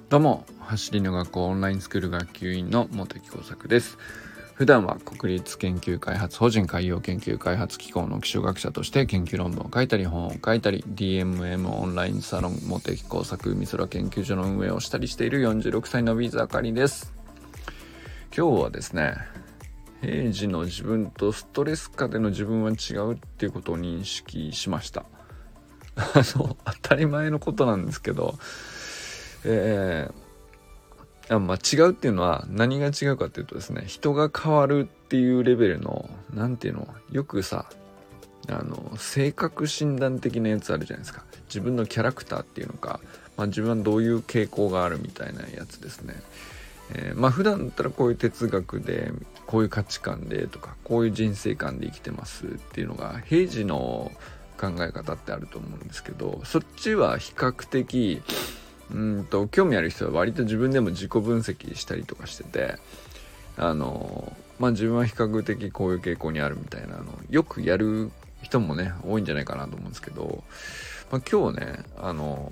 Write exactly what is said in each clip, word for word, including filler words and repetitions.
どうも、走りの学校オンラインスクール学級委員の茂木耕作です。普段は国立研究開発法人海洋研究開発機構の気象学者として研究論文を書いたり本を書いたり ディーエムエム オンラインサロン茂木耕作海空研究所の運営をしたりしているよんじゅうろくさいのビーズあかりです。今日はですね、平時の自分とストレス下での自分は違うっていうことを認識しました。あの当たり前のことなんですけど、えー、あまあ、違うっていうのは何が違うかっていうとですね、人が変わるっていうレベルのなんていうの、よくさあの性格診断的なやつあるじゃないですか。自分のキャラクターっていうのか、まあ、自分はどういう傾向があるみたいなやつですね。えー、まあ普段だったらこういう哲学でこういう価値観でとかこういう人生観で生きてますっていうのが平時の考え方ってあると思うんですけど、そっちは比較的うんと興味ある人は割と自分でも自己分析したりとかしてて、あのまあ自分は比較的こういう傾向にあるみたいなのよくやる人もね多いんじゃないかなと思うんですけど、まあ、今日ねあの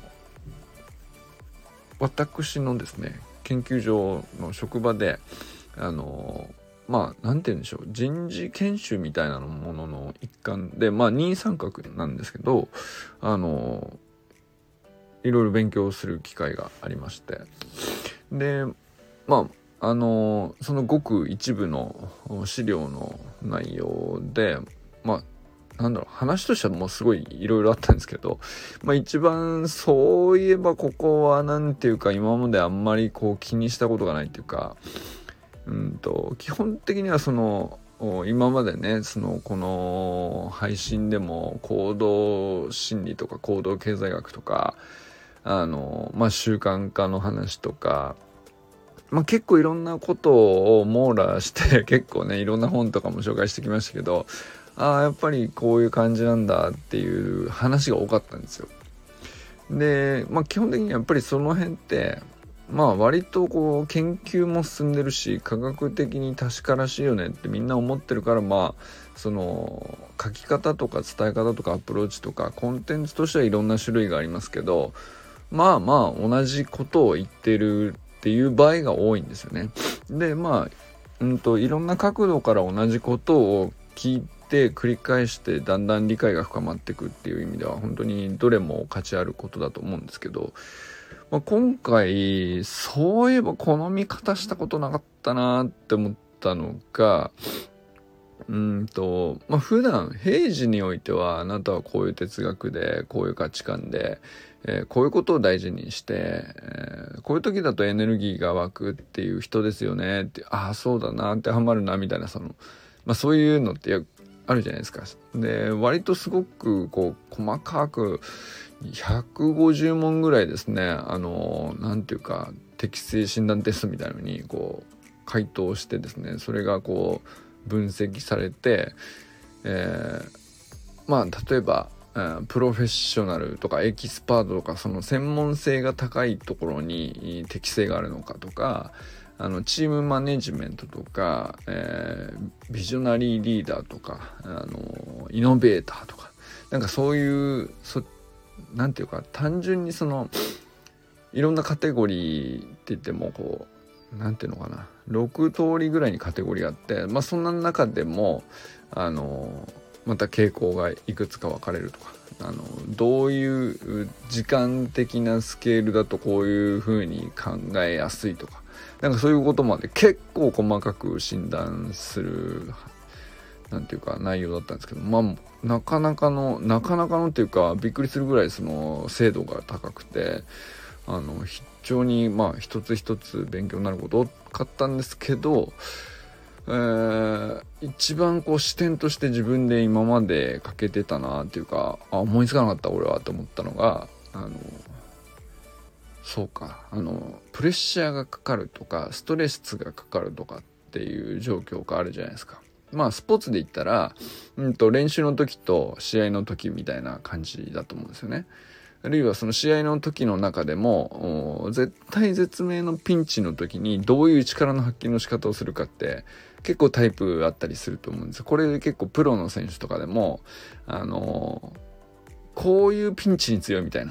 私のですね研究所の職場であのまあなんて言うんでしょう、人事研修みたいなものの一環で、まあ任三角なんですけど、あのいろいろ勉強する機会がありまして、でまああのそのごく一部の資料の内容で、まあなんだろう、話としてはもうすごいいろいろあったんですけど、まあ一番そういえばここはなんていうか今まであんまりこう気にしたことがないっていうか、うんと基本的にはその今までねそのこの配信でも行動心理とか行動経済学とかあのまあ習慣化の話とか、まあ結構いろんなことを網羅して結構ねいろんな本とかも紹介してきましたけど、ああやっぱりこういう感じなんだっていう話が多かったんですよ。でまあ基本的にやっぱりその辺ってまあ割とこう研究も進んでるし科学的に確からしいよねってみんな思ってるから、まあその書き方とか伝え方とかアプローチとかコンテンツとしてはいろんな種類がありますけど、まあまあ同じことを言ってるっていう場合が多いんですよね。でまあうんといろんな角度から同じことを聞いて繰り返してだんだん理解が深まっていくっていう意味では本当にどれも価値あることだと思うんですけど、まあ、今回そういえばこの見方したことなかったなって思ったのが、うんとまあ普段平時においてはあなたはこういう哲学でこういう価値観で、えー、こういうことを大事にして、えー、こういう時だとエネルギーが湧くっていう人ですよねって、ああそうだなってはまるなみたいな、そのまあそういうのってあるじゃないですか。で割とすごくこう細かくひゃくごじゅうもんぐらいですね、あのなんていうか適性診断テストみたいなのにこう回答してですね、それがこう分析されて、えー、まあ例えば、えー、プロフェッショナルとかエキスパートとかその専門性が高いところに適性があるのかとか、あのチームマネジメントとか、えー、ビジョナリーリーダーとか、あのイノベーターとか、なんかそういうそなんていうか単純にそのいろんなカテゴリーって言ってもこうなんていうのかな、ろく通りぐらいにカテゴリーがあって、まあそんな中でもあのまた傾向がいくつか分かれるとか、あのどういう時間的なスケールだとこういう風に考えやすいとか、なんかそういうことまで結構細かく診断するなんていうか内容だったんですけど、まあなかなかのなかなかのっていうかびっくりするぐらいその精度が高くて、あの非常にまあ一つ一つ勉強になること多かったんですけど、えー、一番こう視点として自分で今まで欠けてたなっていうか、あ思いつかなかった俺はと思ったのが、あのそうかあのプレッシャーがかかるとかストレスがかかるとかっていう状況があるじゃないですか。まあスポーツで言ったら、うんと練習の時と試合の時みたいな感じだと思うんですよね。あるいはその試合の時の中でも絶対絶命のピンチの時にどういう力の発揮の仕方をするかって結構タイプあったりすると思うんですよ。これ結構プロの選手とかでもあのこういうピンチに強いみたいなさ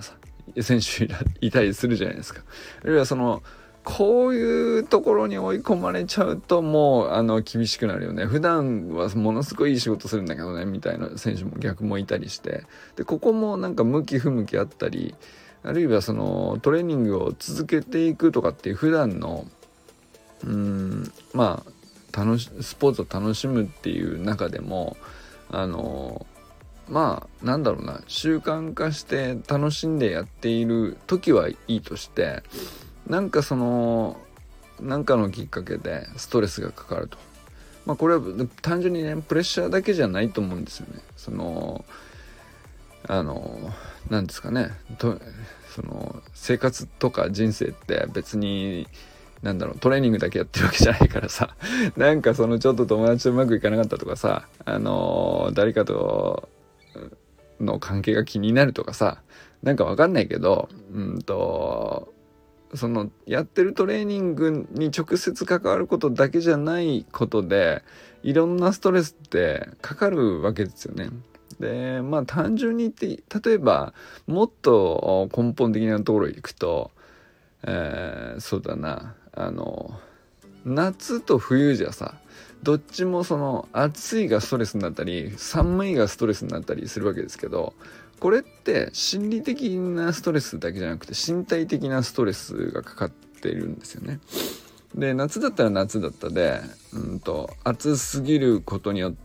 選手いたりするじゃないですか。あるいはそのこういうところに追い込まれちゃうともうあの厳しくなるよね。普段はものすごいいい仕事するんだけどねみたいな選手も逆もいたりして、でここもなんか向き不向きあったり、あるいはそのトレーニングを続けていくとかっていう普段のうーんまあ楽しスポーツを楽しむっていう中でもあのまあなんだろうな、習慣化して楽しんでやっている時はいいとして、なんかそのなんかのきっかけでストレスがかかると、まあこれは単純にねプレッシャーだけじゃないと思うんですよね。そのあのなんですかねとその生活とか人生って別になんだろうトレーニングだけやってるわけじゃないからさなんかそのちょっと友達とうまくいかなかったとかさ、あの誰かとの関係が気になるとかさ、なんかわかんないけどうんとそのやってるトレーニングに直接関わることだけじゃないことでいろんなストレスってかかるわけですよね。でまあ単純に言って例えばもっと根本的なところに行くと、えー、そうだなあの夏と冬じゃさどっちもその暑いがストレスになったり寒いがストレスになったりするわけですけど、これって心理的なストレスだけじゃなくて身体的なストレスがかかっているんですよね。で夏だったら夏だったで、うんと暑すぎることによって、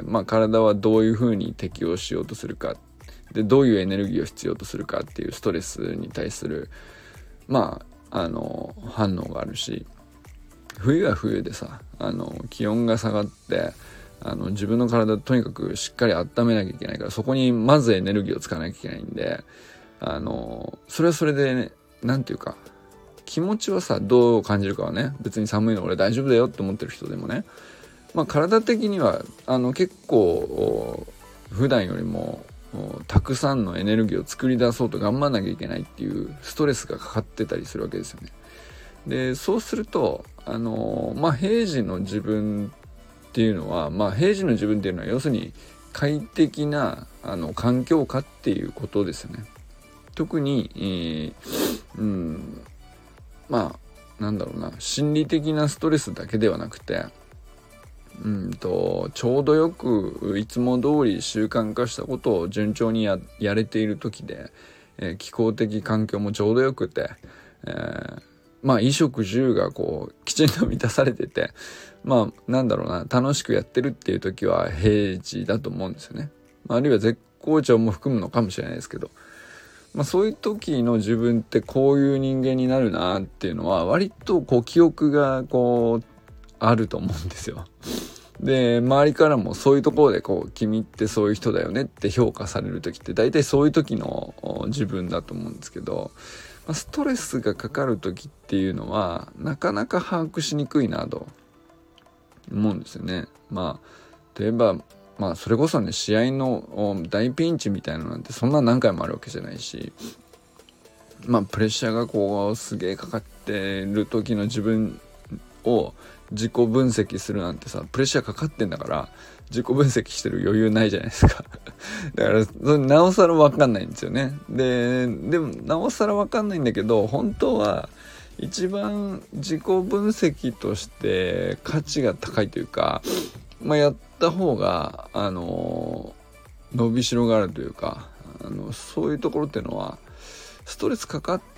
まあ、体はどういうふうに適応しようとするかでどういうエネルギーを必要とするかっていうストレスに対するまああの反応があるし、冬は冬でさあの気温が下がってあの自分の体とにかくしっかり温めなきゃいけないから、そこにまずエネルギーを使わなきゃいけないんで、あのそれはそれで、ね、なんていうか気持ちはさどう感じるかはね、別に寒いの俺大丈夫だよって思ってる人でもね、まあ体的にはあの結構普段よりもたくさんのエネルギーを作り出そうと頑張んなきゃいけないっていうストレスがかかってたりするわけですよね。でそうするとあのまあ平時の自分っていうのはまあ平時の自分っていうのは要するに快適なあの環境下っていうことですよね。特に、えー、うんまあなんだろうな心理的なストレスだけではなくてうんとちょうどよくいつも通り習慣化したことを順調に や, やれている時で、えー、気候的環境もちょうどよくて、えー、まあ衣食住がこうきちんと満たされてて、まあなんだろうな楽しくやってるっていう時は平時だと思うんですよね。あるいは絶好調も含むのかもしれないですけど、まあ、そういう時の自分ってこういう人間になるなっていうのは割とこう記憶がこうあると思うんですよ。で周りからもそういうところでこう君ってそういう人だよねって評価される時って大体そういう時の自分だと思うんですけど、ストレスがかかる時っていうのはなかなか把握しにくいなと思うんですよね。まあ例えばまあそれこそね試合の大ピンチみたいなのなんてそんな何回もあるわけじゃないし、まあプレッシャーがこうすげえかかってる時の自分を自己分析するなんてさ、プレッシャーかかってんだから自己分析してる余裕ないじゃないですかだからそれなおさら分かんないんですよね。ででもなおさら分かんないんだけど、本当は一番自己分析として価値が高いというか、まあ、やった方があの伸びしろがあるというか、あのそういうところっていうのはストレスかかって、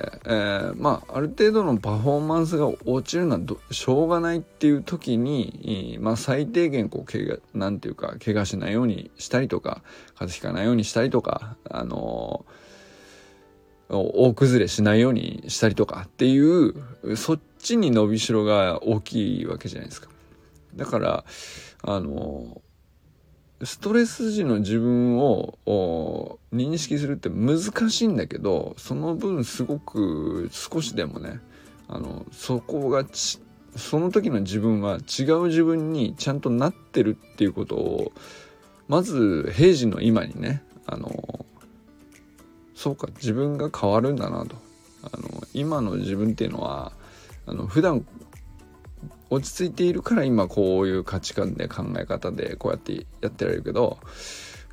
えー、まあある程度のパフォーマンスが落ちるのはどしょうがないっていう時に、まあ最低限こう怪我なんていうか怪我しないようにしたりとか風邪ひかないようにしたりとか、あのー、大崩れしないようにしたりとかっていうそっちに伸びしろが大きいわけじゃないですか。だからあのーストレス時の自分を認識するって難しいんだけど、その分すごく少しでもねあのそこがちその時の自分は違う自分にちゃんとなってるっていうことをまず平時の今にねあのそうか自分が変わるんだなと、あの今の自分っていうのはあの普段落ち着いているから今こういう価値観で考え方でこうやってやってられるけど、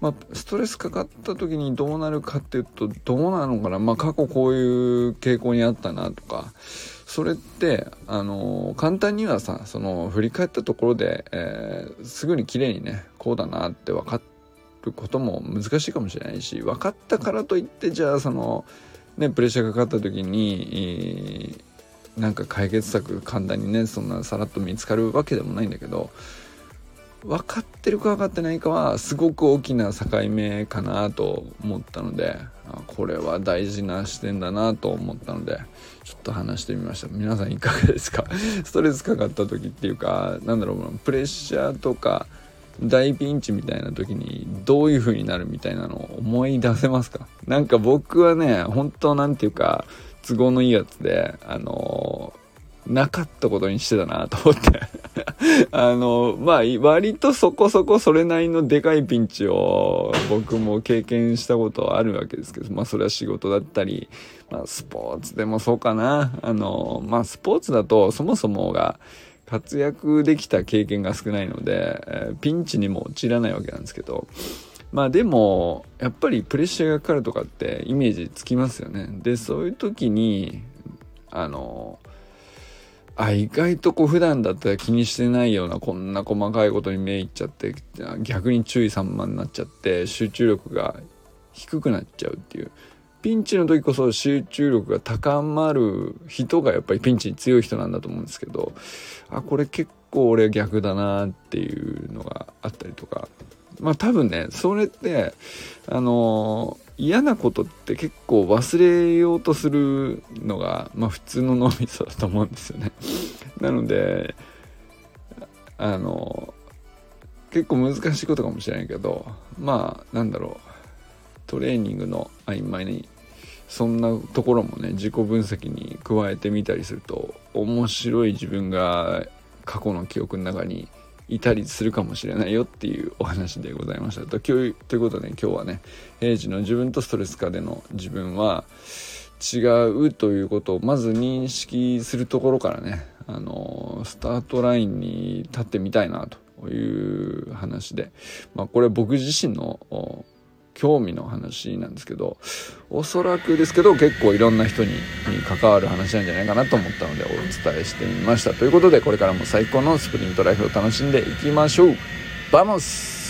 まあ、ストレスかかった時にどうなるかっていうとどうなのかな、まあ、過去こういう傾向にあったなとか、それってあの簡単にはさその振り返ったところで、えー、すぐに綺麗にねこうだなって分かることも難しいかもしれないし、分かったからといってじゃあそのねプレッシャーがかかった時に、えー、なんか解決策簡単にねそんなさらっと見つかるわけでもないんだけど、分かってるか分かってないかはすごく大きな境目かなと思ったので、これは大事な視点だなと思ったのでちょっと話してみました。皆さんいかがですか？ストレスかかった時っていうか、なんだろう、プレッシャーとか大ピンチみたいな時にどういう風になるみたいなのを思い出せますか？なんか僕はね本当なんていうか都合のいいやつであのなかったことにしてたなと思ってあのまあ割とそこそこそれなりのでかいピンチを僕も経験したことあるわけですけど、まあそれは仕事だったり、まあ、スポーツでもそうかな。あのまあスポーツだとそもそもが活躍できた経験が少ないので、えー、ピンチにも陥らないわけなんですけど、まあでもやっぱりプレッシャーがかかるとかってイメージつきますよね。でそういう時にあのあ意外とこう普段だったら気にしてないようなこんな細かいことに目いっちゃって逆に注意散漫になっちゃって集中力が低くなっちゃうっていう、ピンチの時こそ集中力が高まる人がやっぱりピンチに強い人なんだと思うんですけど、あこれ結構俺逆だなっていうのがあったりとか、まあ多分ねそれってあのー、嫌なことって結構忘れようとするのがまあ普通の脳みそだと思うんですよね。なのであのー、結構難しいことかもしれないけど、まあなんだろう、トレーニングの合間にそんなところもね自己分析に加えてみたりすると面白い自分が過去の記憶の中にいたりするかもしれないよっていうお話でございました。と今日ということで、ね、今日はね平時の自分とストレス下での自分は違うということをまず認識するところからね、あのスタートラインに立ってみたいなという話で、まあこれ僕自身の興味の話なんですけど、おそらくですけど結構いろんな人に関わる話なんじゃないかなと思ったのでお伝えしてみました。ということでこれからも最高のスプリントライフを楽しんでいきましょう。バモス。